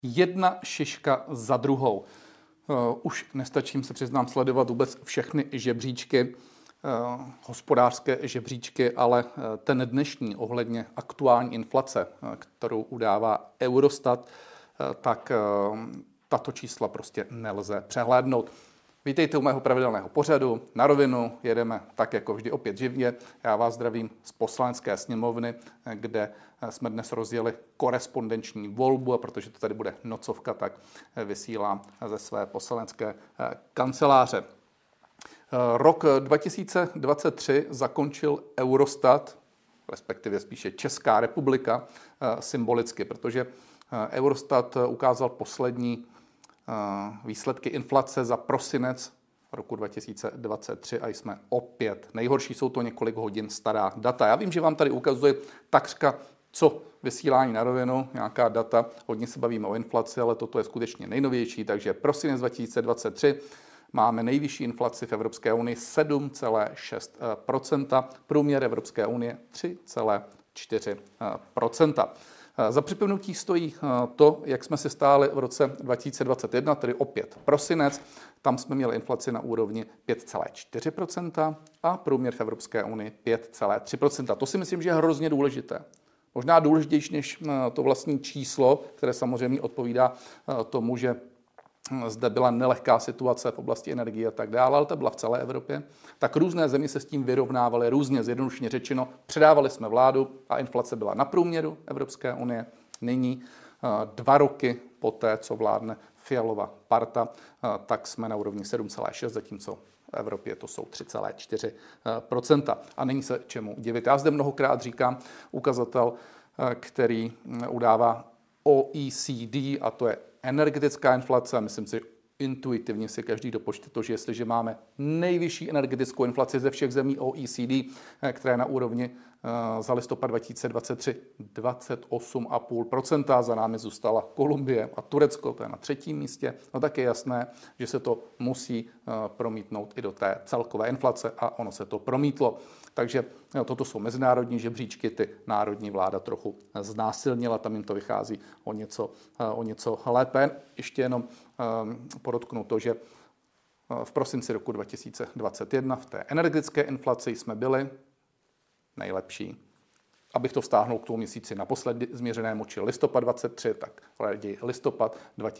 Jedna šiška za druhou. Už nestačím, se přiznám, sledovat vůbec všechny žebříčky, hospodářské žebříčky, ale ten dnešní ohledně aktuální inflace, kterou udává Eurostat, tak tato čísla prostě nelze přehlédnout. Vítejte u mého pravidelného pořadu. Na rovinu jedeme tak jako vždy opět živě. Já vás zdravím z Poslanecké sněmovny, kde jsme dnes rozjeli korespondenční volbu, a protože to tady bude nocovka, tak vysílám ze své poslanecké kanceláře. Rok 2023 zakončil Eurostat, respektive spíše Česká republika, symbolicky, protože Eurostat ukázal poslední výsledky inflace za prosinec roku 2023 a jsme opět nejhorší. Jsou to několik hodin stará data. Já vím, že vám tady ukazuje takřka co vysílání na rovinu, nějaká data, hodně se bavíme o inflaci, ale toto je skutečně nejnovější, takže prosinec 2023 máme nejvyšší inflaci v Evropské unii 7,6%, průměr Evropské unie 3,4%. Za připomenutí stojí to, jak jsme si stáli v roce 2021, tedy opět prosinec. Tam jsme měli inflaci na úrovni 5,4% a průměr v Evropské unii 5,3%. To si myslím, že je hrozně důležité. Možná důležitější než to vlastní číslo, které samozřejmě odpovídá tomu, že zde byla nelehká situace v oblasti energie a tak dále, ale to byla v celé Evropě. Tak různé země se s tím vyrovnávaly různě, zjednodušeně řečeno. Předávali jsme vládu a inflace byla na průměru Evropské unie. Nyní 2 roky poté, co vládne Fialova parta, tak jsme na úrovni 7,6, zatímco v Evropě to jsou 3,4%. A není se čemu divit. Já zde mnohokrát říkám ukazatel, který udává OECD, a to je energetická inflace. Myslím si, intuitivně si každý dopočte to, že jestliže máme nejvyšší energetickou inflaci ze všech zemí OECD, která je na úrovni za listopad 2023 28,5%, za námi zůstala Kolumbie a Turecko, to je na 3. místě, no tak je jasné, že se to musí promítnout i do té celkové inflace a ono se to promítlo. Takže toto jsou mezinárodní žebříčky, ty národní vláda trochu znásilnila, tam jim to vychází o něco lépe. Ještě jenom podotknu to, že v prosinci roku 2021 v té energetické inflaci jsme byli nejlepší. Abych to vztáhnul k tomu měsíci naposledy změřenému, či listopad 23, tak raději listopad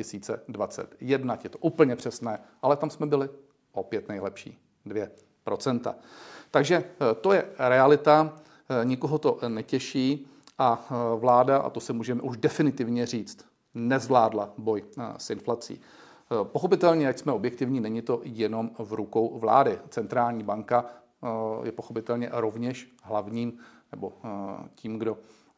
2021, je to úplně přesné, ale tam jsme byli opět nejlepší, 2%. Takže to je realita, nikoho to netěší a vláda, a to se můžeme už definitivně říct, nezvládla boj s inflací. Pochopitelně, ať jsme objektivní, není to jenom v rukou vlády. Centrální banka je pochopitelně rovněž hlavním, nebo tím, kdo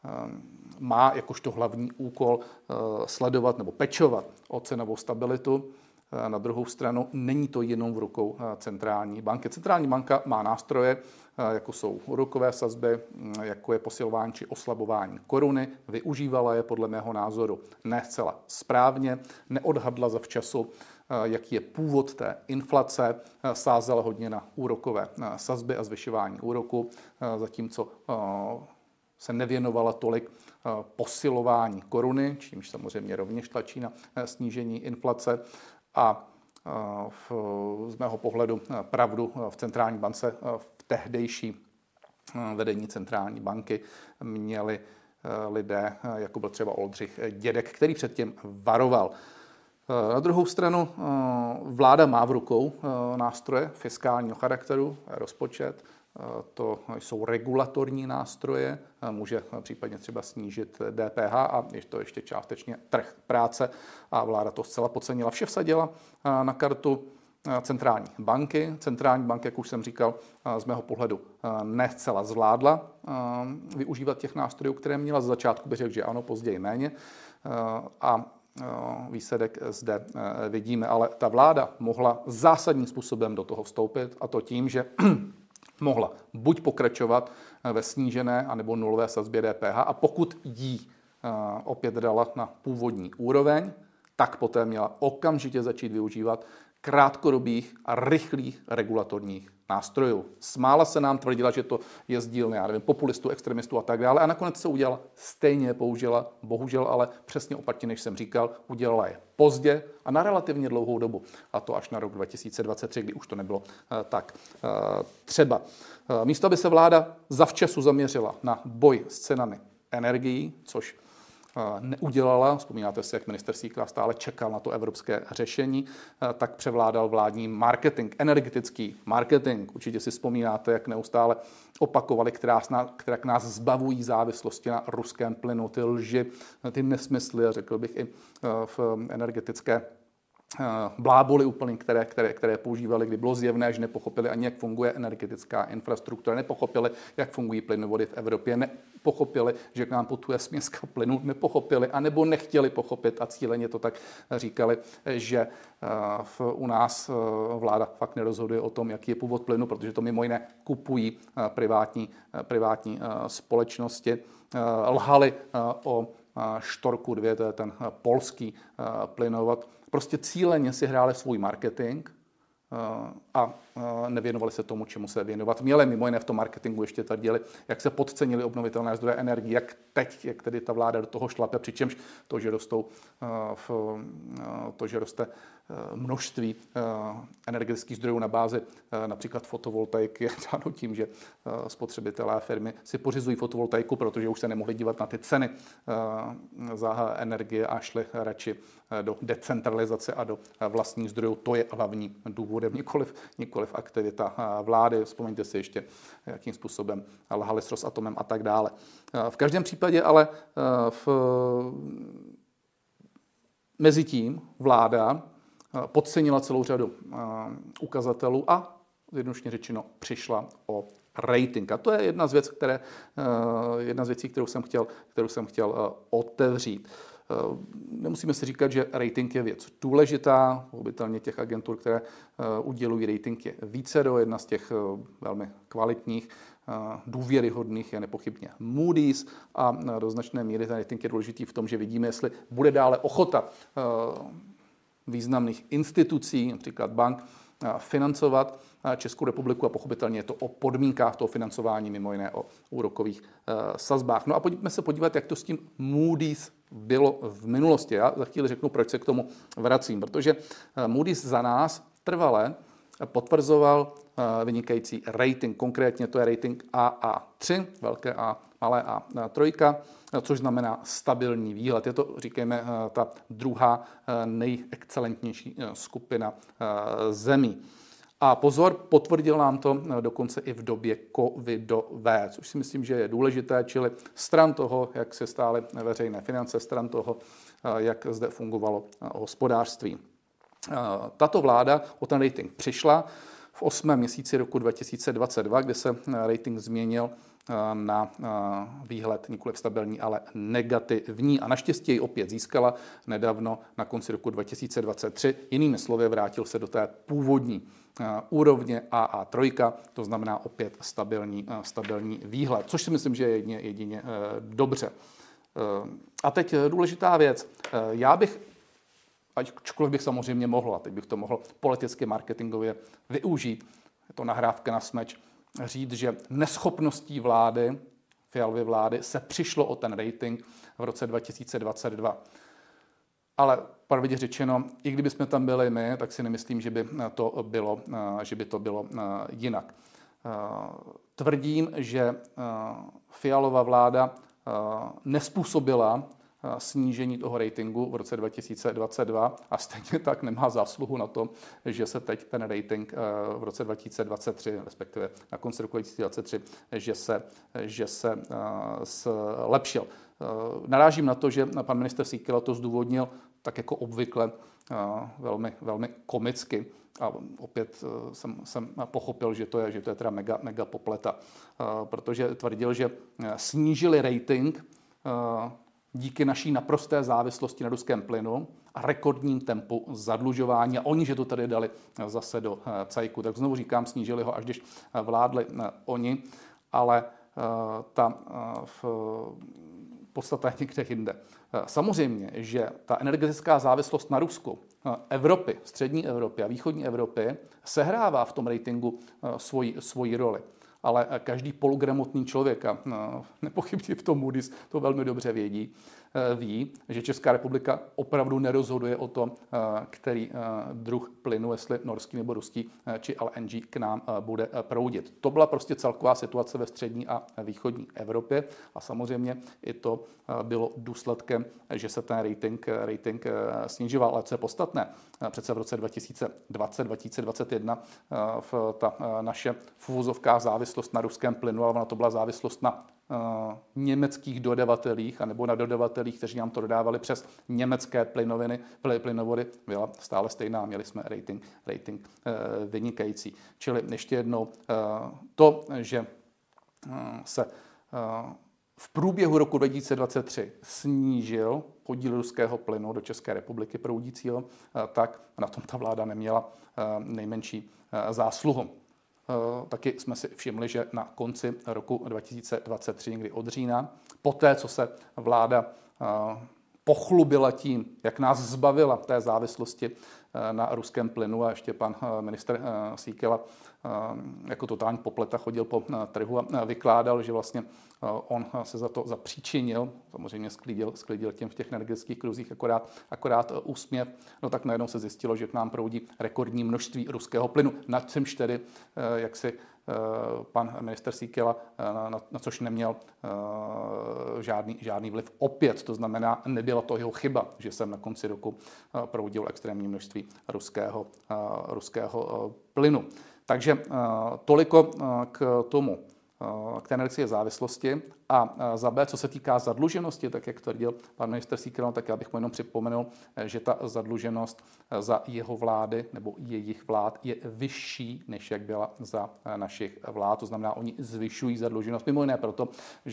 má jakožto hlavní úkol sledovat nebo pečovat o cenovou stabilitu. Na druhou stranu není to jenom v rukou centrální banky. Centrální banka má nástroje, jako jsou úrokové sazby, jako je posilování či oslabování koruny. Využívala je podle mého názoru ne zcela správně, neodhadla zavčasu, jaký je původ té inflace, sázela hodně na úrokové sazby a zvyšování úroku, zatímco se nevěnovala tolik posilování koruny, čímž samozřejmě rovněž tlačí na snížení inflace. A z mého pohledu pravdu v centrální bance, v tehdejší vedení centrální banky měli lidé, jako byl třeba Oldřich Dědek, který předtím varoval. Na druhou stranu vláda má v rukou nástroje fiskálního charakteru, rozpočet, to jsou regulatorní nástroje, může případně třeba snížit DPH a je to ještě částečně trh práce a vláda to zcela podcenila. Vše vsadila na kartu centrální banky. Centrální banka, jak už jsem říkal, z mého pohledu ne zcela zvládla využívat těch nástrojů, které měla. Z začátku bych řekl, že ano, později méně. A výsledek zde vidíme, ale ta vláda mohla zásadním způsobem do toho vstoupit, a to tím, že mohla buď pokračovat ve snížené anebo nulové sazbě DPH, a pokud jí opět dala na původní úroveň, tak poté měla okamžitě začít využívat krátkodobých a rychlých regulatorních nástrojů. Smála se nám, tvrdila, že to je z dílny, já nevím, populistů, extremistů a tak dále. A nakonec se udělala, stejně je použila, bohužel, ale přesně opačně, než jsem říkal, udělala je pozdě a na relativně dlouhou dobu. A to až na rok 2023, kdy už to nebylo tak třeba. Místo, aby se vláda zavčasu zaměřila na boj s cenami energií, což neudělala. Vzpomínáte si, jak ministr Síkela stále čekal na to evropské řešení, tak převládal vládní marketing, energetický marketing. Určitě si vzpomínáte, jak neustále opakovali, která nás zbavují závislosti na ruském plynu, ty lži, ty nesmysly, a řekl bych i v energetické bláboli úplně, které používali, kdy bylo zjevné, že nepochopili ani, jak funguje energetická infrastruktura, nepochopili, jak fungují plynovody v Evropě, nepochopili, že k nám putuje směska plynu, nepochopili, anebo nechtěli pochopit a cíleně to tak říkali, že u nás vláda fakt nerozhoduje o tom, jaký je původ plynu, protože to mimo jiné kupují privátní společnosti. Lhali o Štorku 2, to je ten polský plynovod. Prostě cíleně si hráli svůj marketing a nevěnovali se tomu, čemu se věnovat měli. Mimo jiné v tom marketingu ještě tvrdili, jak se podcenili obnovitelné zdroje energie, jak tedy ta vláda do toho šlape, přičemž to, že roste množství energetických zdrojů na bázi například fotovoltaiky je dáno tím, že spotřebitelé a firmy si pořizují fotovoltaiku, protože už se nemohli dívat na ty ceny za energie a šli radši do decentralizace a do vlastních zdrojů. To je hlavní důvodem, nikoliv aktivita vlády. Vzpomeňte si ještě, jakým způsobem lhali s Rosatomem a tak dále. V každém případě ale mezitím vláda podcenila celou řadu ukazatelů a jednoduše řečeno přišla o rating. A to je jedna z věcí, kterou jsem chtěl otevřít. Nemusíme si říkat, že rating je věc důležitá. Pochopitelně těch agentur, které udělují rating, je vícero. Jedna z těch velmi kvalitních, důvěryhodných je nepochybně Moody's a do značné míry ten rating je důležitý v tom, že vidíme, jestli bude dále ochota významných institucí, například bank, financovat Českou republiku a pochopitelně je to o podmínkách toho financování, mimo jiné o úrokových sazbách. No a pojďme se podívat, jak to s tím Moody's bylo v minulosti. Já za chvíli řeknu, proč se k tomu vracím, protože Moody's za nás trvale potvrzoval vynikající rating. Konkrétně to je rating AA3, velké A, malé A3, což znamená stabilní výhled. Je to, říkejme, ta druhá nejexcelentnější skupina zemí. A pozor, potvrdil nám to dokonce i v době covidové, což si myslím, že je důležité, čili stran toho, jak se stály veřejné finance, stran toho, jak zde fungovalo hospodářství. Tato vláda o ten rating přišla v 8. měsíci roku 2022, kdy se rating změnil na výhled nikoliv stabilní, ale negativní. A naštěstí ji opět získala nedávno na konci roku 2023. Jinými slovy, vrátil se do té původní úrovně AA3, to znamená opět stabilní výhled, což si myslím, že je jedině dobře. A teď důležitá věc. Já bych, ačkoliv bych samozřejmě mohl, a teď bych to mohl politicky marketingově využít, je to nahrávka na smeč, říct, že neschopností vlády, Fialovy vlády, se přišlo o ten rating v roce 2022. Ale pravdě řečeno, i kdyby jsme tam byli my, tak si nemyslím, že by to bylo jinak. Tvrdím, že Fialova vláda nezpůsobila snížení toho ratingu v roce 2022 a stejně tak nemá zásluhu na to, že se teď ten rating v roce 2023, respektive na konci roku 2023, že se zlepšil. Narážím na to, že pan ministr Síkela to zdůvodnil tak jako obvykle velmi, velmi komicky. A opět jsem pochopil, že to je teda mega popleta, protože tvrdil, že snížili rating díky naší naprosté závislosti na ruském plynu a rekordním tempu zadlužování. A oni, že to tady dali zase do cajku. Tak znovu říkám, snížili ho, až když vládli oni, ale podstata je někde jinde. Samozřejmě, že ta energetická závislost na Rusku, Evropy, střední Evropy a východní Evropy sehrává v tom ratingu svoji roli. Ale každý pologramotný člověk, a nepochybně v tom Moody's to velmi dobře ví, že Česká republika opravdu nerozhoduje o tom, který druh plynu, jestli norský nebo ruský, či LNG k nám bude proudit. To byla prostě celková situace ve střední a východní Evropě a samozřejmě i to bylo důsledkem, že se ten rating snižoval. Ale co je podstatné, přece v roce 2020-2021 ta naše v uvozovkách závislost na ruském plynu, ale ona to byla závislost na německých dodavatelích anebo na dodavatelích, kteří nám to dodávali přes německé plynovody, byla stále stejná. Měli jsme rating vynikající. Čili ještě jednou to, že se v průběhu roku 2023 snížil podíl ruského plynu do České republiky proudícího, tak na tom ta vláda neměla nejmenší zásluhu. Taky jsme si všimli, že na konci roku 2023, někdy od října, poté, co se vláda pochlubila tím, jak nás zbavila té závislosti na ruském plynu a ještě pan ministr Síkela jako totální popleta chodil po trhu a vykládal, že vlastně on se za to zapříčinil, samozřejmě sklidil těm v těch energetických kruzích akorát úsměv, no tak najednou se zjistilo, že k nám proudí rekordní množství ruského plynu, na čemž tedy, jak si pan minister Síkela, na což neměl žádný vliv opět. To znamená, nebyla to jeho chyba, že jsem na konci roku proudil extrémní množství ruského plynu. Takže toliko k tomu, k té energetické závislosti. A za B, co se týká zadluženosti, tak jak tvrdil pan ministr Síkela, tak já bych mu jenom připomenul, že ta zadluženost za jeho vlády nebo jejich vlád je vyšší, než jak byla za našich vlád. To znamená, oni zvyšují zadluženost. Mimo jiné proto,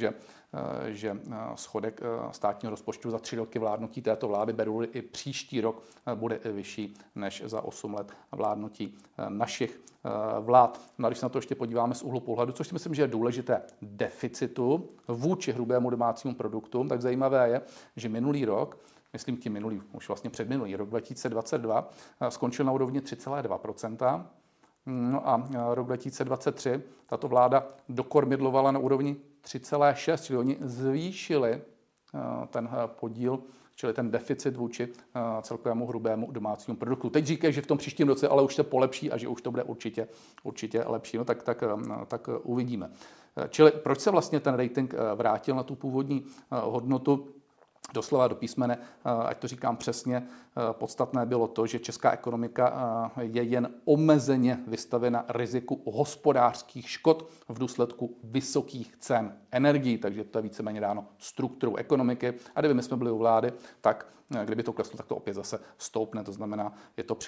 že schodek státního rozpočtu za 3 roky vládnutí této vlády, beru i příští rok, bude vyšší než za 8 let vládnutí našich vlád. No a když se na to ještě podíváme z úhlu pohledu, což si myslím, že je důležité, deficitu vůči hrubému domácímu produktu, tak zajímavé je, že minulý rok, myslím tím minulý, už vlastně předminulý rok 2022, skončil na úrovni 3,2%. No a rok 2023 tato vláda dokormidlovala na úrovni 3,6%, čili oni zvýšili ten podíl, čili ten deficit vůči celkovému hrubému domácímu produktu. Teď říkají, že v tom příštím roce ale už se polepší a že už to bude určitě lepší. No tak uvidíme. Čili proč se vlastně ten rating vrátil na tu původní hodnotu? Doslova do písmene, ať to říkám přesně, podstatné bylo to, že česká ekonomika je jen omezeně vystavena riziku hospodářských škod v důsledku vysokých cen energií, takže to je víceméně dáno strukturou ekonomiky. A kdyby my jsme byli u vlády, tak kdyby to kleslo, tak to opět zase stoupne, to znamená, je to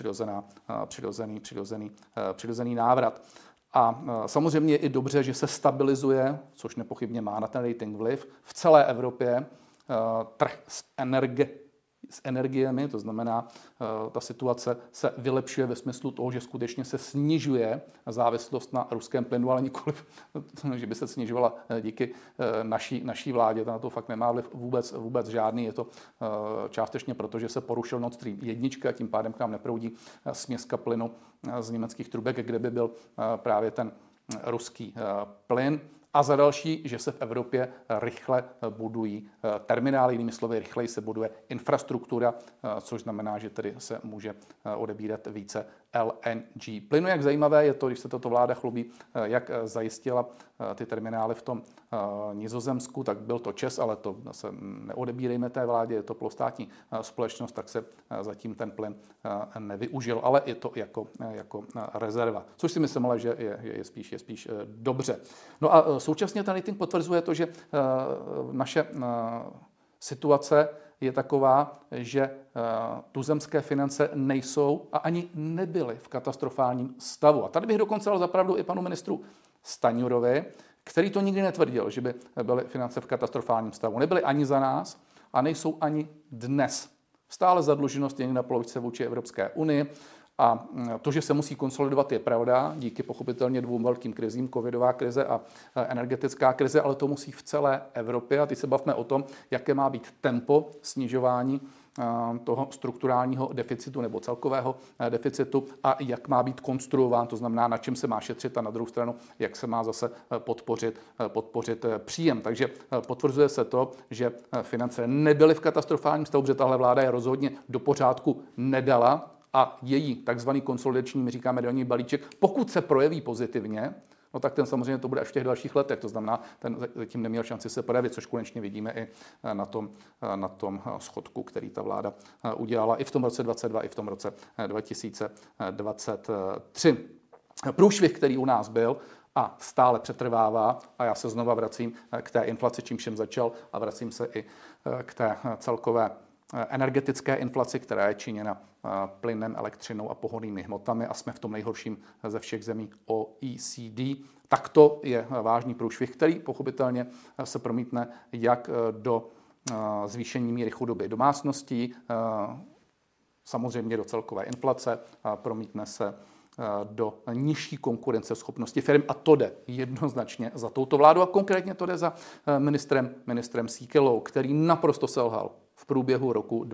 přirozený návrat. A samozřejmě je i dobře, že se stabilizuje, což nepochybně má na ten rating vliv, v celé Evropě trh s energiemi, to znamená, ta situace se vylepšuje ve smyslu toho, že skutečně se snižuje závislost na ruském plynu, ale nikoliv, že by se snižovala díky naší vládě, to na to fakt nemá vliv vůbec žádný. Je to částečně proto, že se porušil Nord Stream 1 a tím pádem k nám neproudí směska plynu z německých trubek, kde by byl právě ten ruský plyn. A za další, že se v Evropě rychle budují terminály, jinými slovy, rychleji se buduje infrastruktura, což znamená, že tedy se může odebírat více LNG plynu. Jak zajímavé je to, když se tato vláda chlubí, jak zajistila ty terminály v tom Nizozemsku, tak byl to ČEZ, ale to zase neodebírejme té vládě, je to polostátní společnost, tak se zatím ten plyn nevyužil, ale je to jako rezerva, což si myslím, ale že je spíš dobře. No a současně ten rating potvrzuje to, že naše situace je taková, že tuzemské finance nejsou a ani nebyly v katastrofálním stavu. A tady bych dokonce dal za pravdu i panu ministru Stanjurovi, který to nikdy netvrdil, že by byly finance v katastrofálním stavu. Nebyly ani za nás a nejsou ani dnes. Stále zadluženost je na polovice vůči Evropské unii A to, že se musí konsolidovat, je pravda, díky pochopitelně dvou velkým krizím, covidová krize a energetická krize, ale to musí v celé Evropě. A teď se bavme o tom, jaké má být tempo snižování toho strukturálního deficitu nebo celkového deficitu a jak má být konstruován, to znamená, na čem se má šetřit a na druhou stranu, jak se má zase podpořit příjem. Takže potvrzuje se to, že finance nebyly v katastrofálním stavu, protože tahle vláda je rozhodně do pořádku nedala a její takzvaný konsolidační, my říkáme daňový balíček, pokud se projeví pozitivně, no tak ten samozřejmě to bude až v těch dalších letech. To znamená, ten zatím neměl šanci se projevit, což konečně vidíme i na tom schodku, který ta vláda udělala i v tom roce 2022, i v tom roce 2023. Průšvih, který u nás byl a stále přetrvává, a já se znova vracím k té inflaci, čím jsem začal, a vracím se i k té celkové energetické inflaci, která je činěna plynem, elektřinou a pohonnými hmotami a jsme v tom nejhorším ze všech zemí OECD. Tak to je vážný průšvih, který pochopitelně se promítne jak do zvýšení míry chudoby domácností, samozřejmě do celkové inflace, promítne se do nižší konkurenceschopnosti firm a to jde jednoznačně za touto vládou a konkrétně to jde za ministrem Síkelou, který naprosto selhal v průběhu roku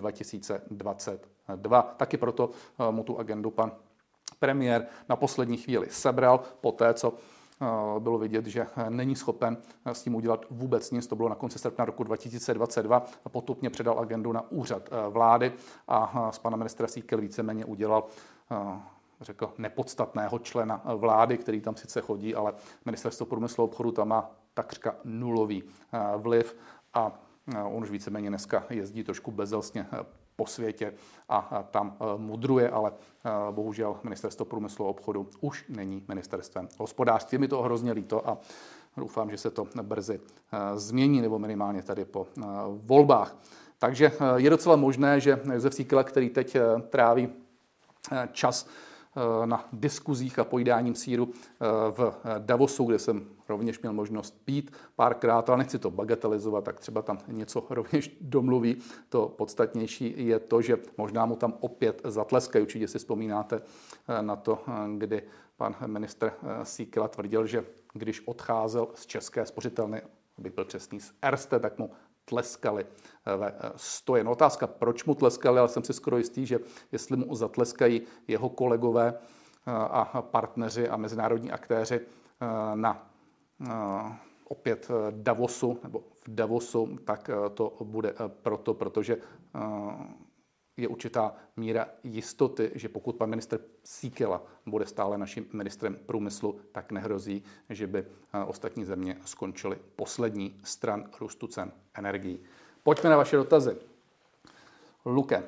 2022. Taky proto mu tu agendu pan premiér na poslední chvíli sebral, poté co bylo vidět, že není schopen s tím udělat vůbec nic. To bylo na konci srpna roku 2022 a potupně předal agendu na úřad vlády a z pana ministra Síkely víceméně udělal řekl nepodstatného člena vlády, který tam sice chodí, ale ministerstvo průmyslu a obchodu tam má takřka nulový vliv a on už víceméně dneska jezdí trošku bezelstně po světě a tam mudruje, ale bohužel ministerstvo průmyslu a obchodu už není ministerstvem hospodářství. Mi to hrozně líto a doufám, že se to brzy změní, nebo minimálně tady po volbách. Takže je docela možné, že Jozef Síkela, který teď tráví čas na diskuzích a pojídáním sýru v Davosu, kde jsem rovněž měl možnost pít párkrát, ale nechci to bagatelizovat, tak třeba tam něco rovněž domluví. To podstatnější je to, že možná mu tam opět zatleskají. Určitě si vzpomínáte na to, kdy pan ministr Síkela tvrdil, že když odcházel z České spořitelny, abych byl přesný, z Erste, tak mu tleskali ve stoje. No otázka, proč mu tleskali, ale jsem si skoro jistý, že jestli mu zatleskají jeho kolegové a partneři a mezinárodní aktéři na opět Davosu nebo v Davosu, tak to bude protože je určitá míra jistoty, že pokud pan ministr Síkela bude stále naším ministrem průmyslu, tak nehrozí, že by ostatní země skončily poslední stran růstu cen energií. Pojďme na vaše dotazy. Luke.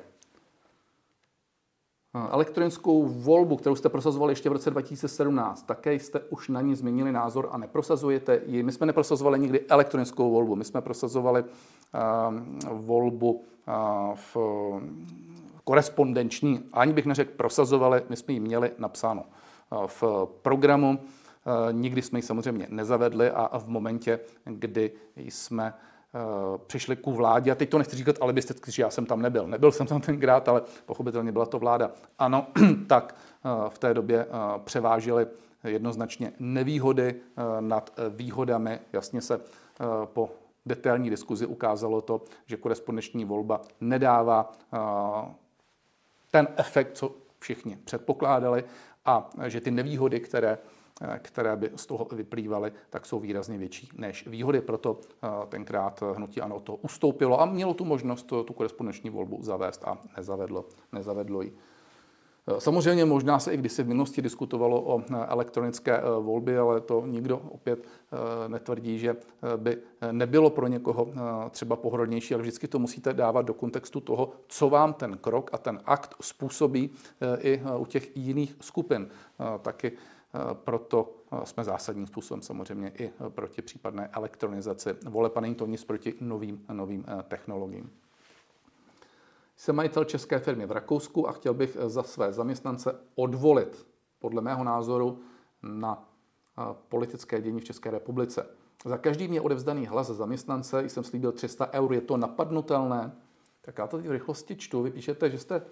Elektronickou volbu, kterou jste prosazovali ještě v roce 2017, také jste už na ní změnili názor a neprosazujete ji. My jsme neprosazovali nikdy elektronickou volbu, my jsme prosazovali volbu v korespondenční, ani bych neřekl prosazovali, my jsme ji měli napsáno v programu, nikdy jsme ji samozřejmě nezavedli a v momentě, kdy jsme přišli ku vládě, a teď to nechci říkat alibisticky, že já jsem tam nebyl jsem tam tenkrát, ale pochopitelně byla to vláda. Ano, tak v té době převážily jednoznačně nevýhody nad výhodami, jasně se po detailní diskuzi ukázalo to, že korespondenční volba nedává ten efekt, co všichni předpokládali a že ty nevýhody, které by z toho vyplývaly, tak jsou výrazně větší než výhody. Proto tenkrát hnutí ANO to ustoupilo a mělo tu možnost tu korespondenční volbu zavést a nezavedlo ji. Samozřejmě možná se i kdysi v minulosti diskutovalo o elektronické volbě, ale to nikdo opět netvrdí, že by nebylo pro někoho třeba pohodlnější, ale vždycky to musíte dávat do kontextu toho, co vám ten krok a ten akt způsobí i u těch jiných skupin. Taky proto jsme zásadním způsobem samozřejmě i proti případné elektronizaci voleb a není to nic proti novým technologiím. Jsem majitel české firmy v Rakousku a chtěl bych za své zaměstnance odvolit, podle mého názoru, na politické dění v České republice. Za každý mě odevzdaný hlas zaměstnance jsem slíbil 300 eur. Je to napadnutelné? Tak já to v rychlosti čtu. Vy píšete, že jste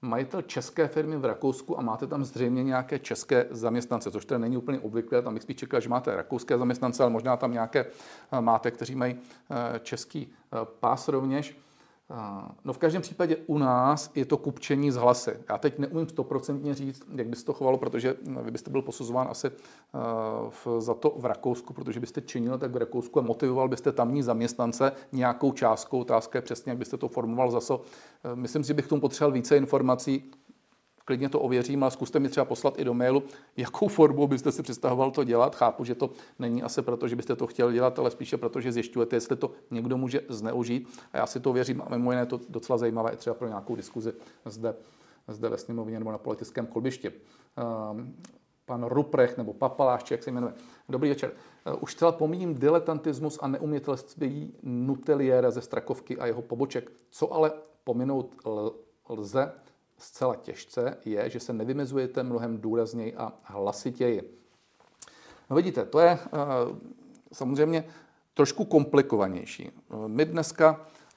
majitel české firmy v Rakousku a máte tam zřejmě nějaké české zaměstnance, což teda není úplně obvyklé, tam bych spíš čekal, že máte rakouské zaměstnance, ale možná tam nějaké máte, kteří mají český pás rovněž. No v každém případě u nás je to kupčení z hlasy. Já teď neumím 100% říct, jak by se to chovalo, protože vy byste byl posuzován asi za to v Rakousku, protože byste činil tak v Rakousku a motivoval byste tamní zaměstnance nějakou částkou. Otázka je přesně, jak byste to formoval zase. Myslím si, že bych k tomu potřeboval více informací. Klidně to ověřím, ale zkuste mi třeba poslat i do mailu, jakou formou byste si představoval to dělat. Chápu, že to není asi proto, že byste to chtěl dělat, ale spíše proto, že zjišťujete, jestli to někdo může zneužít. A já si to věřím a mimo jiné je to docela zajímavé i třeba pro nějakou diskuzi zde ve sněmovně nebo na politickém kolbišti. Pan Ruprecht nebo Papaláš, jak se jmenuje. Dobrý večer. Už celá pomíním diletantismus a neumětelství Nuteliéra ze Strakovky a jeho poboček. Co ale pominout lze zcela těžce, je, že se nevymezujete mnohem důrazněji a hlasitěji. No vidíte, to je samozřejmě trošku komplikovanější. My dneska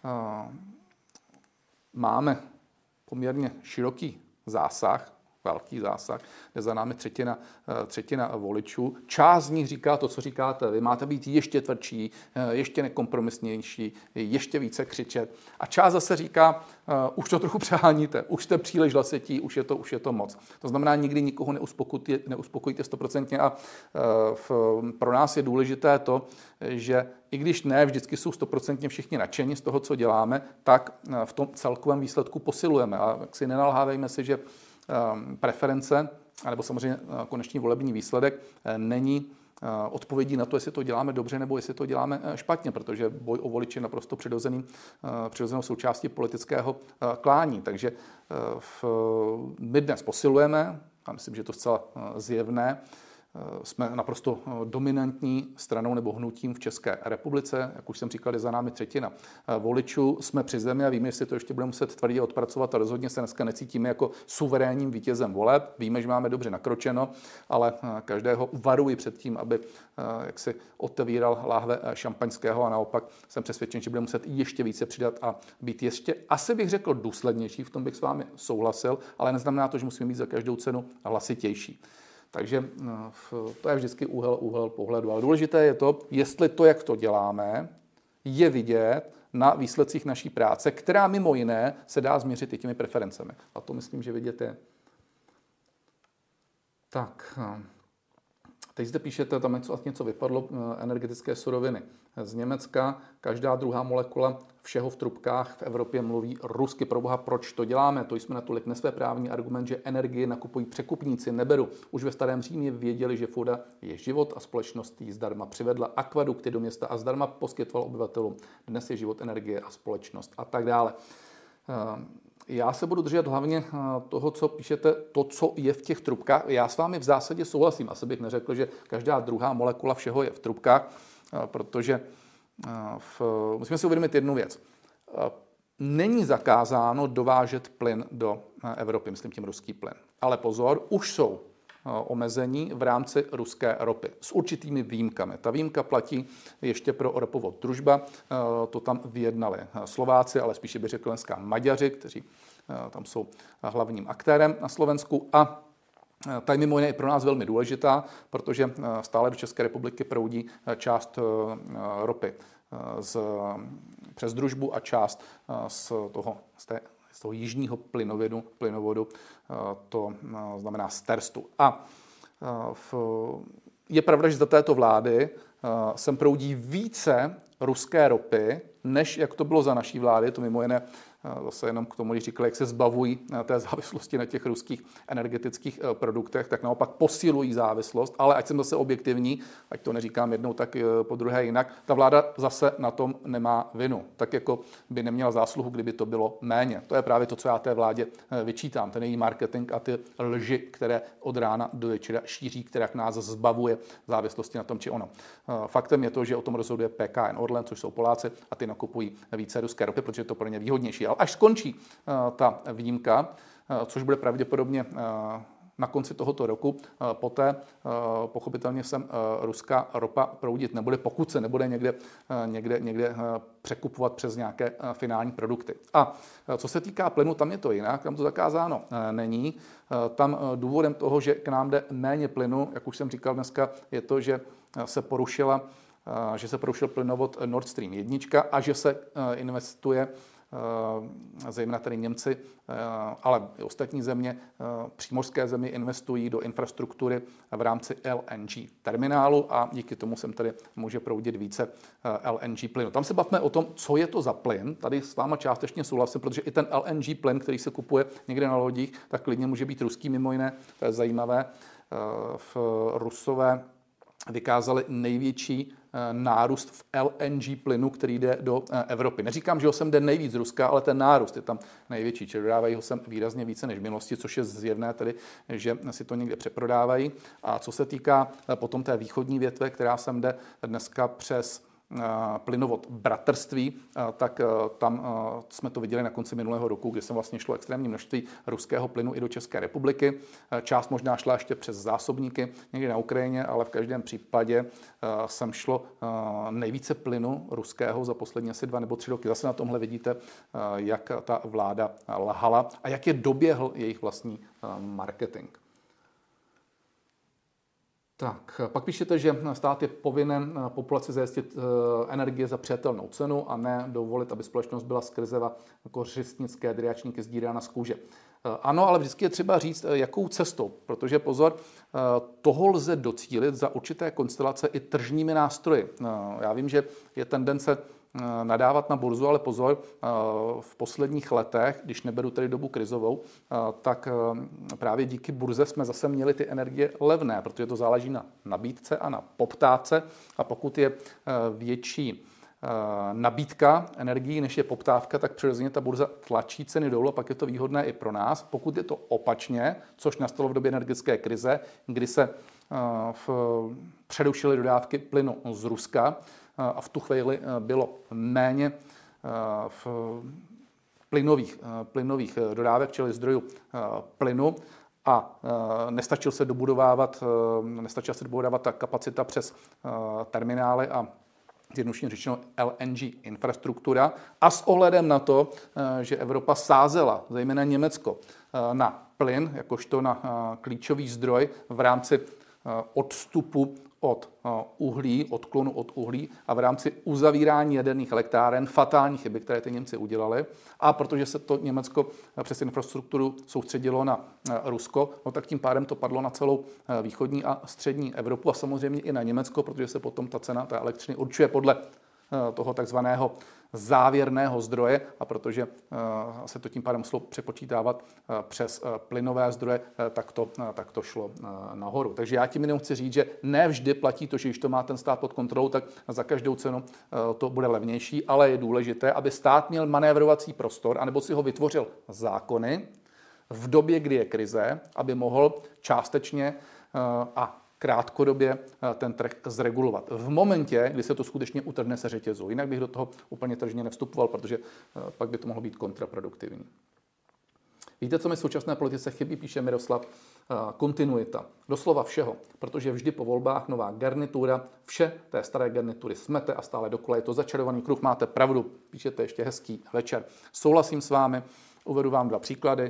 máme poměrně široký zásah, velký zásah, je za námi třetina voličů. Část z nich říká to, co říkáte. Vy máte být ještě tvrdší, ještě nekompromisnější, ještě více křičet. A část zase říká, už to trochu přeháníte, už jste příliš hlasití, už je to moc. To znamená, nikdy nikoho neuspokojíte 100% a pro nás je důležité to, že i když ne vždycky jsou 100% všichni nadšení z toho, co děláme, tak v tom celkovém výsledku posilujeme. A tak si nenalhávejme si, že preference, anebo samozřejmě konečný volební výsledek není odpovědí na to, jestli to děláme dobře nebo jestli to děláme špatně, protože boj o voliče je naprosto přirozenou součástí politického klání. Takže my dnes posilujeme, a myslím, že je to zcela zjevné, jsme naprosto dominantní stranou nebo hnutím v České republice. Jak už jsem říkal, je za námi třetina voličů. Jsme při zemi a víme, že si to ještě budeme muset tvrdě odpracovat a rozhodně se dneska necítíme jako suverénním vítězem voleb. Víme, že máme dobře nakročeno, ale každého varuji před tím, aby jaksi otevíral láhve šampaňského a naopak jsem přesvědčen, že budeme muset ještě více přidat a být ještě, asi bych řekl, důslednější, v tom bych s vámi souhlasil, ale neznamená to, že musíme být za každou cenu hlasitější. Takže to je vždycky úhel pohledu. Ale důležité je to, jestli to, jak to děláme, je vidět na výsledcích naší práce, která mimo jiné se dá změřit i těmi preferencemi. A to myslím, že vidět je. Tak, teď zde píšete, tam něco vypadlo, energetické suroviny z Německa. Každá druhá molekula všeho v trubkách v Evropě mluví rusky. Proboha, proč to děláme? To jsme natolik nesvéprávný argument, že energie nakupují překupníci. Neberu. Už ve starém Římě věděli, že voda je život a společnost jí zdarma přivedla akvadukty do města a zdarma poskytoval obyvatelům. Dnes je život, energie a společnost a tak dále. Já se budu držet hlavně toho, co píšete, to, co je v těch trubkách. Já s vámi v zásadě souhlasím. Asi bych neřekl, že každá druhá molekula všeho je v trubkách, protože musíme si uvědomit jednu věc. Není zakázáno dovážet plyn do Evropy, myslím tím ruský plyn. Ale pozor, už jsou omezení v rámci ruské ropy s určitými výjimkami. Ta výjimka platí ještě pro ropovod Družba, to tam vyjednali Slováci, ale spíše by řekl dneska Maďaři, kteří tam jsou hlavním aktérem na Slovensku a ta je mimo jiné i pro nás velmi důležitá, protože stále do České republiky proudí část ropy přes Družbu a část z toho jižního plynovodu, to znamená z Terstu. A je pravda, že za této vlády sem proudí více ruské ropy, než jak to bylo za naší vlády, to mimo jiné zase jenom k tomu, když říkali, jak se zbavují té závislosti na těch ruských energetických produktech, tak naopak posilují závislost, ale ať jsem zase objektivní, ať to neříkám jednou, tak po druhé jinak, ta vláda zase na tom nemá vinu. Tak jako by neměla zásluhu, kdyby to bylo méně. To je právě to, co já té vládě vyčítám, ten její marketing a ty lži, které od rána do večera šíří, která nás zbavuje závislosti na tom či ono. Faktem je to, že o tom rozhoduje PKN Orlen, což jsou Poláci, a ty nakupují více ruské ropy, protože je to pro ně výhodnější. Ale až skončí ta výjimka, což bude pravděpodobně na konci tohoto roku. Poté pochopitelně sem ruská ropa proudit nebude, pokud se nebude někde překupovat přes nějaké finální produkty. A co se týká plynu, tam je to jinak, tam to zakázáno není. Tam důvodem toho, že k nám jde méně plynu, jak už jsem říkal dneska, je to, že se porušil plynovod Nord Stream 1 a že se investuje, zejména tedy Němci, ale i ostatní země, přímořské země investují do infrastruktury v rámci LNG terminálu a díky tomu sem tedy může proudit více LNG plynu. Tam se bavíme o tom, co je to za plyn. Tady s váma částečně souhlasím, protože i ten LNG plyn, který se kupuje někde na lodích, tak klidně může být ruský mimo jiné. To je zajímavé. Rusové vykázali největší nárůst v LNG plynu, který jde do Evropy. Neříkám, že ho sem jde nejvíc z Ruska, ale ten nárůst je tam největší, čili dodávají ho sem výrazně více než v minulosti, což je zjevné tedy, že si to někde přeprodávají. A co se týká potom té východní větve, která sem jde dneska přes plynovod Bratrství, tak tam jsme to viděli na konci minulého roku, kdy se vlastně šlo extrémní množství ruského plynu i do České republiky. Část možná šla ještě přes zásobníky někde na Ukrajině, ale v každém případě sem šlo nejvíce plynu ruského za poslední asi 2 nebo 3 roky. Zase na tomhle vidíte, jak ta vláda lhala a jak je doběhl jejich vlastní marketing. Tak, pak píšete, že stát je povinen populaci zajistit energie za přijatelnou cenu a ne dovolit, aby společnost byla skrze kořistnické driačníky zdírána z kůže. Ano, ale vždycky je třeba říct, jakou cestou, protože pozor, toho lze docílit za určité konstelace i tržními nástroji. Já vím, že je tendence nadávat na burzu, ale pozor, v posledních letech, když neberu tedy dobu krizovou, tak právě díky burze jsme zase měli ty energie levné, protože to záleží na nabídce a na poptávce a pokud je větší nabídka energií, než je poptávka, tak přirozeně ta burza tlačí ceny dolů a pak je to výhodné i pro nás. Pokud je to opačně, což nastalo v době energetické krize, kdy se přerušily dodávky plynu z Ruska, a v tu chvíli bylo méně v plynových dodávek, čili zdrojů plynu a nestačila se dobudovávat ta kapacita přes terminály a zjednodušeně řečeno LNG infrastruktura a s ohledem na to, že Evropa sázela, zejména Německo, na plyn, jakožto na klíčový zdroj v rámci odstupu od uhlí, odklonu od uhlí a v rámci uzavírání jaderných elektráren, fatální chyby, které ty Němci udělali. A protože se to Německo přes infrastrukturu soustředilo na Rusko, no tak tím pádem to padlo na celou východní a střední Evropu a samozřejmě i na Německo, protože se potom ta cena té elektřiny určuje podle toho takzvaného závěrného zdroje a protože se to tím pádem muselo přepočítávat přes plynové zdroje, tak to šlo nahoru. Takže já tím jenom chci říct, že ne vždy platí to, že když to má ten stát pod kontrolou, tak za každou cenu to bude levnější, ale je důležité, aby stát měl manévrovací prostor, anebo si ho vytvořil zákony v době, kdy je krize, aby mohl částečně a krátkodobě ten trh zregulovat. V momentě, kdy se to skutečně utrhne se řetězu. Jinak bych do toho úplně tržně nevstupoval, protože pak by to mohlo být kontraproduktivní. Víte, co mi v současné politice chybí, píše Miroslav? Kontinuita. Doslova všeho, protože vždy po volbách nová garnitura, vše té staré garnitury smete a stále dokola je to začarovaný kruh. Máte pravdu, píšete ještě hezký večer. Souhlasím s vámi, uvedu vám 2 příklady.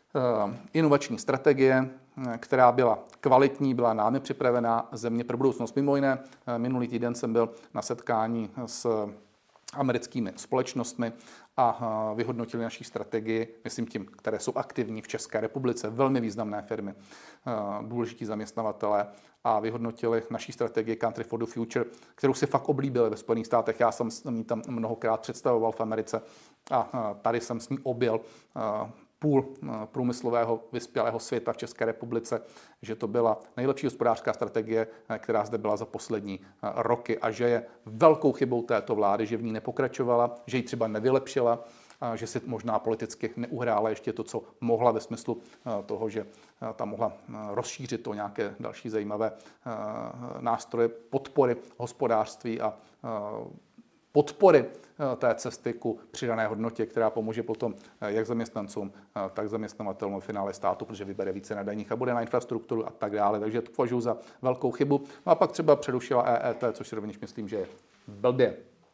Inovační strategie, která byla kvalitní, byla námi připravená země pro budoucnost. Mimo jiné, minulý týden jsem byl na setkání s americkými společnostmi a vyhodnotili naší strategii, myslím tím, které jsou aktivní v České republice, velmi významné firmy, důležití zaměstnavatelé a vyhodnotili naší strategii Country for the Future, kterou si fakt oblíbili ve Spojených státech. Já jsem ji tam mnohokrát představoval v Americe a tady jsem s ní objel půl průmyslového vyspělého světa v České republice, že to byla nejlepší hospodářská strategie, která zde byla za poslední roky a že je velkou chybou této vlády, že v ní nepokračovala, že ji třeba nevylepšila, že si možná politicky neuhrála ještě to, co mohla ve smyslu toho, že tam mohla rozšířit to nějaké další zajímavé nástroje podpory hospodářství a podpory té cesty ku přidané hodnotě, která pomůže potom jak zaměstnancům, tak zaměstnavatelům v finále státu, protože vybere více na daních a bude na infrastrukturu a tak dále. Takže to považuji za velkou chybu. No a pak třeba přerušila EET, což si rovněž myslím, že je blbě.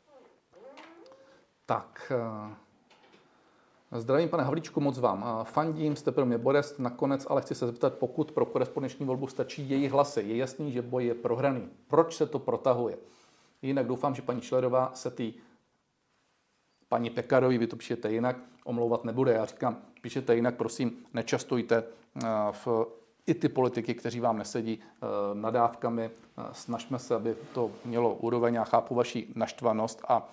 Tak, zdravím, pane Havlíčku, moc vám fandím, jste pro mě borec, nakonec, ale chci se zeptat, pokud pro korespondenční volbu stačí její hlasy, je jasný, že boj je prohraný. Proč se to protahuje? Jinak doufám, že paní Schillerová se paní Pekarový, vy to píšete jinak, omlouvat nebude. Já říkám, píšete jinak, prosím, nečastujte i ty politiky, kteří vám nesedí, nadávkami. Snažme se, aby to mělo úroveň. Já chápu vaši naštvanost a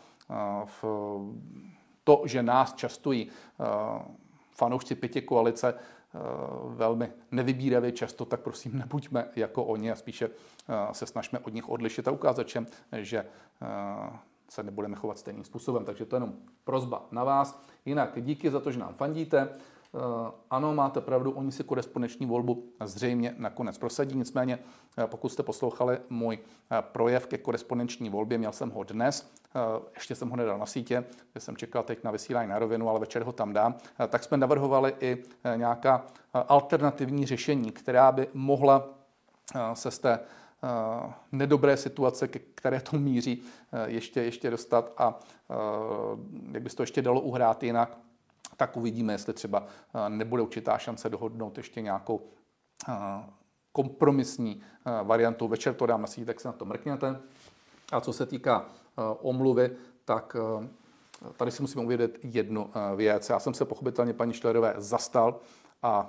to, že nás častují fanoušci pětikoalice velmi nevybíravě často, tak prosím nebuďme jako oni a spíše se snažme od nich odlišit a ukázat všem, že se nebudeme chovat stejným způsobem. Takže to je jenom prosba na vás. Jinak díky za to, že nám fandíte. Ano, máte pravdu, oni si korespondenční volbu zřejmě nakonec prosadí. Nicméně, pokud jste poslouchali můj projev ke korespondenční volbě, měl jsem ho dnes, ještě jsem ho nedal na sítě, kde jsem čekal teď na vysílání na rovinu, ale večer ho tam dám, tak jsme navrhovali i nějaká alternativní řešení, která by mohla se z té nedobré situace, ke které to míří, ještě dostat a jak by se to ještě dalo uhrát jinak, tak uvidíme, jestli třeba nebude určitá šance dohodnout ještě nějakou kompromisní variantu. Večer to dám na síť, tak se na to mrkněte. A co se týká omluvy, tak tady si musíme uvědět jednu věc. Já jsem se pochopitelně paní Schillerové zastal a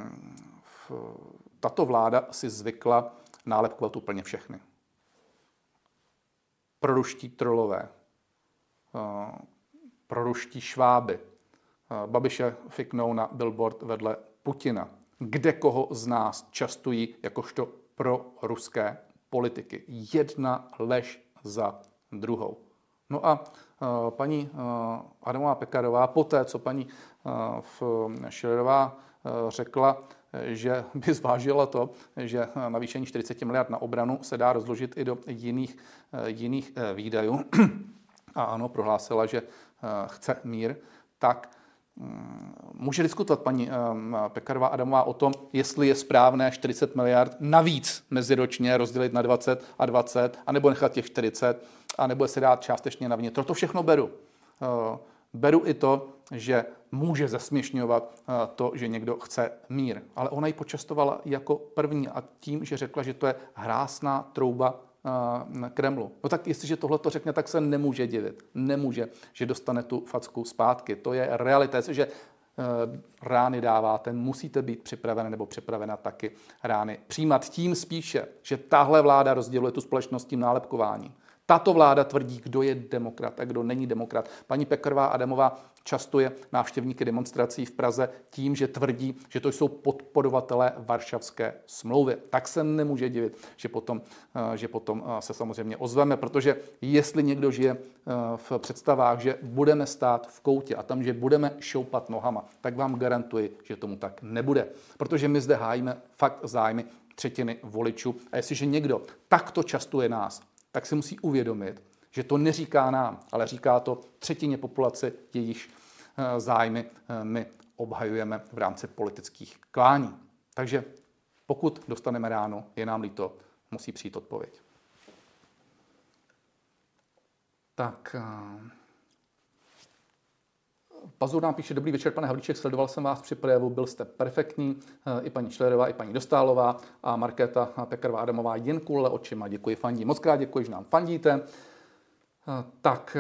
tato vláda si zvykla nálepkovat úplně všechny. Proruští trolové, proruští šváby, Babiše fiknou na billboard vedle Putina. Kde koho z nás častují jakožto pro ruské politiky. Jedna lež za druhou. No a paní Adamová Pekarová, poté, co paní Schillerová řekla, že by zvážila to, že navýšení 40 miliard na obranu se dá rozložit i do jiných výdajů. A ano, prohlásila, že chce mír, tak může diskutovat paní Pekarová Adamová o tom, jestli je správné 40 miliard navíc meziročně rozdělit na 20 a 20, anebo nechat těch 40, anebo se dát částečně na vnitro. To všechno beru. Beru i to, že může zesměšňovat to, že někdo chce mír. Ale ona ji počastovala jako první a tím, že řekla, že to je hrásná trouba Kremlu. No tak jestliže tohle to řekne, tak se nemůže divit. Nemůže, že dostane tu facku zpátky. To je realita, že rány dáváte, musíte být připraven nebo připravena taky rány přijímat. Tím spíše, že tahle vláda rozděluje tu společnost tím nálepkováním. Tato vláda tvrdí, kdo je demokrat a kdo není demokrat. Paní Pekarová Adamová častuje návštěvníky demonstrací v Praze tím, že tvrdí, že to jsou podporovatelé Varšavské smlouvy. Tak se nemůže divit, že potom se samozřejmě ozveme, protože jestli někdo žije v představách, že budeme stát v koutě a tam, že budeme šoupat nohama, tak vám garantuji, že tomu tak nebude. Protože my zde hájíme fakt zájmy třetiny voličů. A jestliže někdo takto častuje nás, tak si musí uvědomit, že to neříká nám, ale říká to třetině populace, jejíž zájmy my obhajujeme v rámci politických klání. Takže pokud dostaneme ráno, je nám líto, musí přijít odpověď. Tak... Pazur nám píše, dobrý večer, pane Havlíček, sledoval jsem vás při projevu, byl jste perfektní, i paní Schillerová, i paní Dostálová a Markéta Pekarová Adamová jen kulele očima, děkuji, fandí. Moc krát děkuji, že nám fandíte. Tak,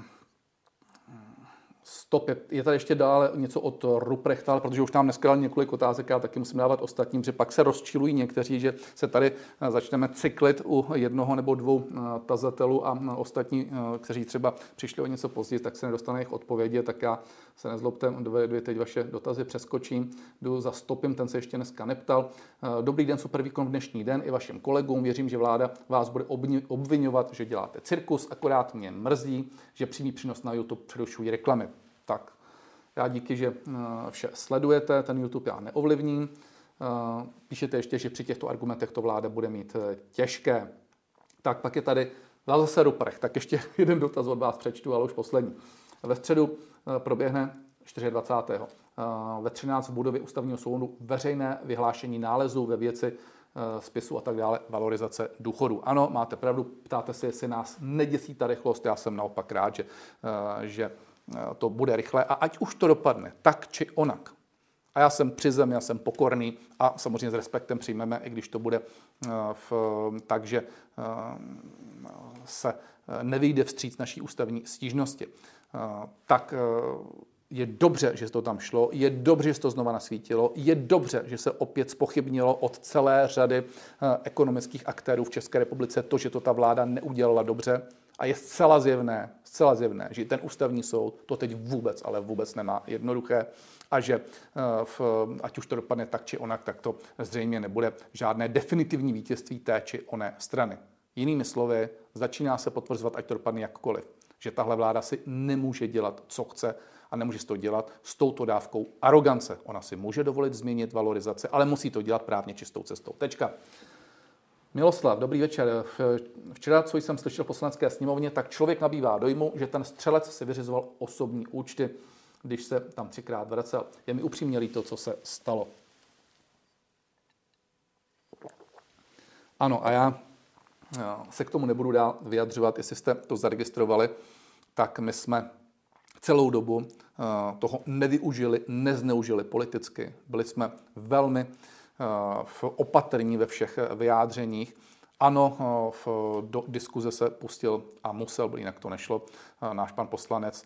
stop, je tady ještě dále něco od Ruprechta, ale protože už nám dneska dal několik otázek, já taky musím dávat ostatním, že pak se rozčilují někteří, že se tady začneme cyklit u jednoho nebo dvou tazatelů a ostatní, kteří třeba přišli o něco později, tak se nedostane jejich odpovědi, tak já se nezlobte, teď vaše dotazy přeskočím, jdu za Stopim, ten se ještě dneska neptal. Dobrý den, super výkon v dnešní den i vašim kolegům, věřím, že vláda vás bude obvinovat, že děláte cirkus, akorát mě mrzí, že přímý přínos na YouTube přerušují reklamy. Tak, já díky, že vše sledujete, ten YouTube já neovlivním. Píšete ještě, že při těchto argumentech to vláda bude mít těžké. Tak pak je tady Zase Ruprecht. Tak ještě jeden dotaz od vás přečtu, ale už poslední. Ve středu proběhne 24. Ve 13 v budově Ústavního soudu veřejné vyhlášení nálezů ve věci spisu a tak dále, valorizace důchodů. Ano, máte pravdu, ptáte se, jestli nás neděsí ta rychlost, já jsem naopak rád, že to bude rychle a ať už to dopadne tak či onak. A já jsem při zemi, já jsem pokorný a samozřejmě s respektem přijmeme, i když to bude tak, že se nevyjde vstříc naší ústavní stížnosti. Tak je dobře, že to tam šlo, je dobře, že se to znova nasvítilo, je dobře, že se opět zpochybnilo od celé řady ekonomických aktérů v České republice to, že to ta vláda neudělala dobře a je zcela zjevné, že ten ústavní soud to teď vůbec, ale vůbec nemá jednoduché a že ať už to dopadne tak či onak, tak to zřejmě nebude žádné definitivní vítězství té či oné strany. Jinými slovy, začíná se potvrzovat, ať to dopadne jakkoliv, že tahle vláda si nemůže dělat, co chce a nemůže si to dělat s touto dávkou arogance. Ona si může dovolit změnit valorizaci, ale musí to dělat právně čistou cestou. Tečka. Miloslav, dobrý večer. Včera, co jsem slyšel v Poslanecké sněmovně, tak člověk nabývá dojmu, že ten střelec si vyřizoval osobní účty, když se tam 3krát vracel. Je mi upřímně líto, co se stalo. Ano, a já se k tomu nebudu dál vyjadřovat. Jestli jste to zaregistrovali, tak my jsme celou dobu toho nevyužili, nezneužili politicky. Byli jsme velmi opatrní ve všech vyjádřeních. Ano, do diskuze se pustil a musel, jinak to nešlo, náš pan poslanec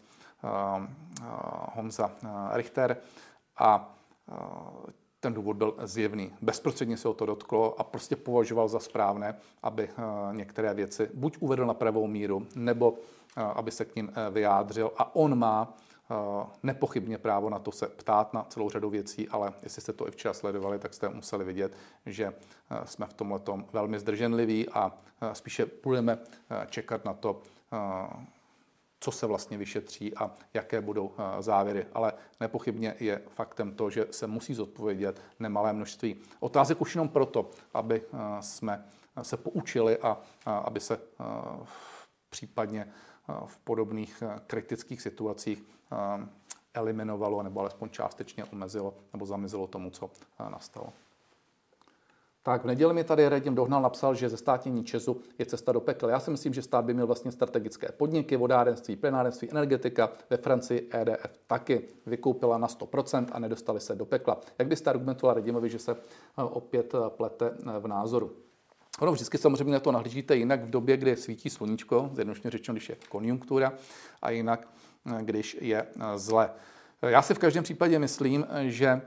Honza Richter a ten důvod byl zjevný. Bezprostředně se o to dotklo a prostě považoval za správné, aby některé věci buď uvedl na pravou míru, nebo aby se k ním vyjádřil. A on má nepochybně právo na to se ptát na celou řadu věcí, ale jestli jste to i včera sledovali, tak jste museli vidět, že jsme v tomhletom velmi zdrženliví a spíše budeme čekat na to, co se vlastně vyšetří a jaké budou závěry. Ale nepochybně je faktem to, že se musí zodpovědět nemalé množství otázek už jenom proto, aby jsme se poučili a aby se případně v podobných kritických situacích eliminovalo nebo alespoň částečně omezilo nebo zamezilo tomu, co nastalo. Tak v neděli mi tady Radim Dohnal napsal, že zestátnění ČEZu je cesta do pekel. Já si myslím, že stát by měl vlastně strategické podniky, vodárenství, plynárenství, energetika. Ve Francii EDF taky vykoupila na 100% a nedostali se do pekla. Jak byste argumentoval Radimovi, že se opět plete v názoru? Ono vždycky samozřejmě na to nahlížíte jinak v době, kdy svítí sluníčko, zjednodušeně řečeno, když je konjunktura, a jinak, když je zle. Já si v každém případě myslím, že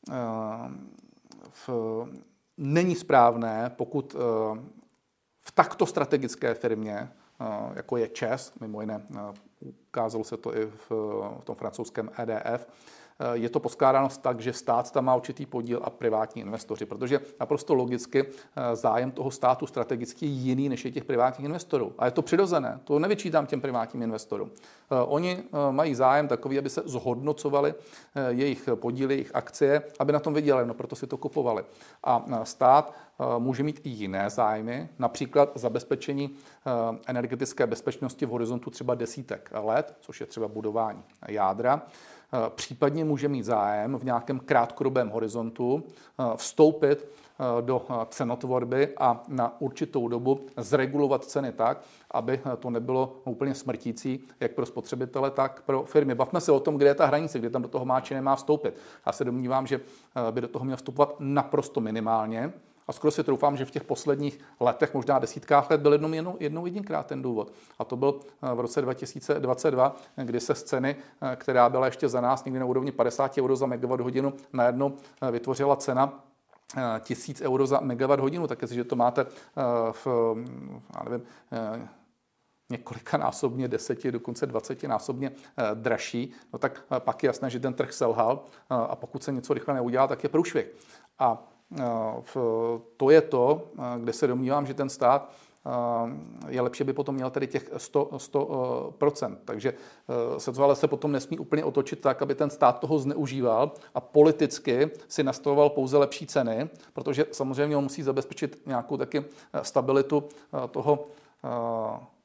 není správné, pokud v takto strategické firmě, jako je ČEZ, mimo jiné ukázalo se to i v tom francouzském EDF, je to poskládáno tak, že stát tam má určitý podíl a privátní investoři, protože naprosto logicky zájem toho státu strategicky je jiný než je těch privátních investorů. A je to přirozené, to nevyčítám těm privátním investorům. Oni mají zájem takový, aby se zhodnocovaly jejich podíly, jejich akcie, aby na tom vydělali, no proto si to kupovali. A stát může mít i jiné zájmy, například zabezpečení energetické bezpečnosti v horizontu třeba desítek let, což je třeba budování jádra. Případně může mít zájem v nějakém krátkodobém horizontu vstoupit do cenotvorby a na určitou dobu zregulovat ceny tak, aby to nebylo úplně smrtící, jak pro spotřebitele, tak pro firmy. Bavme se o tom, kde je ta hranice, kde tam do toho má či nemá vstoupit. Já se domnívám, že by do toho měl vstupovat naprosto minimálně. A skoro si troufám, že v těch posledních letech, možná desítkách let, byl jedinkrát ten důvod. A to byl v roce 2022, kdy se z ceny, která byla ještě za nás někdy na úrovni 50 euro za megawatt hodinu, najednou vytvořila cena 1000 euro za megawatt hodinu. Tak jestliže to máte já nevím, několikanásobně, 10, dokonce 20násobně dražší, no tak pak je jasné, že ten trh selhal a pokud se něco rychle neudělá, tak je průšvih. A to je to, kde se domnívám, že ten stát je lepší, by potom měl tedy těch 100%. Takže se to ale se potom nesmí úplně otočit tak, aby ten stát toho zneužíval a politicky si nastavoval pouze lepší ceny, protože samozřejmě on musí zabezpečit nějakou taky stabilitu toho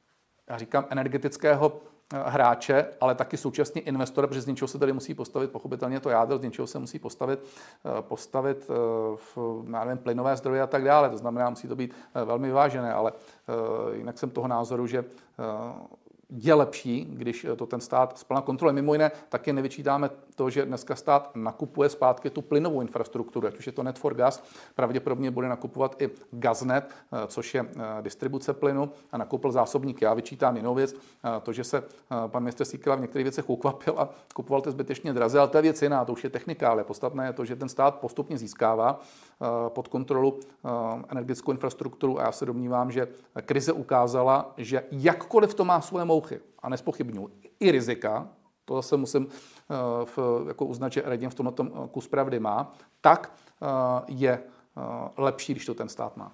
já říkám, energetického hráče, ale taky současně investora, protože z něčeho se tady musí postavit, pochopitelně to jádro, z něčeho se musí postavit já nevím, plynové zdroje a tak dále. To znamená, musí to být velmi vyvážené, ale jinak jsem toho názoru, že je lepší, když to ten stát splná kontrole. Mimo jiné taky nevyčítáme to, že dneska stát nakupuje zpátky tu plynovou infrastrukturu, ať už je to Net4Gas, pravděpodobně bude nakupovat i Gaznet, což je distribuce plynu, a nakoupil zásobníky. Já vyčítám jinou věc, to, že se pan ministr Síkela v některých věcech ukvapil a kupoval to zbytečně draze, ale to je věc jiná, to už je technikálie. Podstatné je to, že ten stát postupně získává pod kontrolu energetickou infrastrukturu a já se domnívám, že krize ukázala, že jakkoliv to má svoje mouchy a nezpochybňuji i rizika, to zase musím jako uznat, že Radim v tomhle kus pravdy má, tak je lepší, když to ten stát má.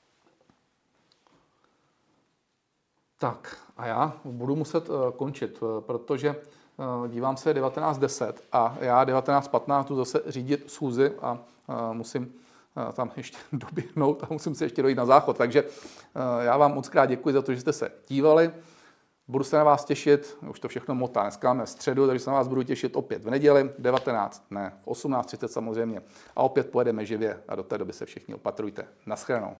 Tak a já budu muset končit, protože dívám se 19:10 a já 19:15 tu zase řídit schůzi a musím tam ještě doběhnout a musím se ještě dojít na záchod. Takže já vám moc krát děkuji za to, že jste se dívali. Budu se na vás těšit, už to všechno motá, dneska máme středu, takže se na vás budu těšit opět v neděli, 19, ne, v 18:30 samozřejmě. A opět pojedeme živě a do té doby se všichni opatrujte. Naschledanou.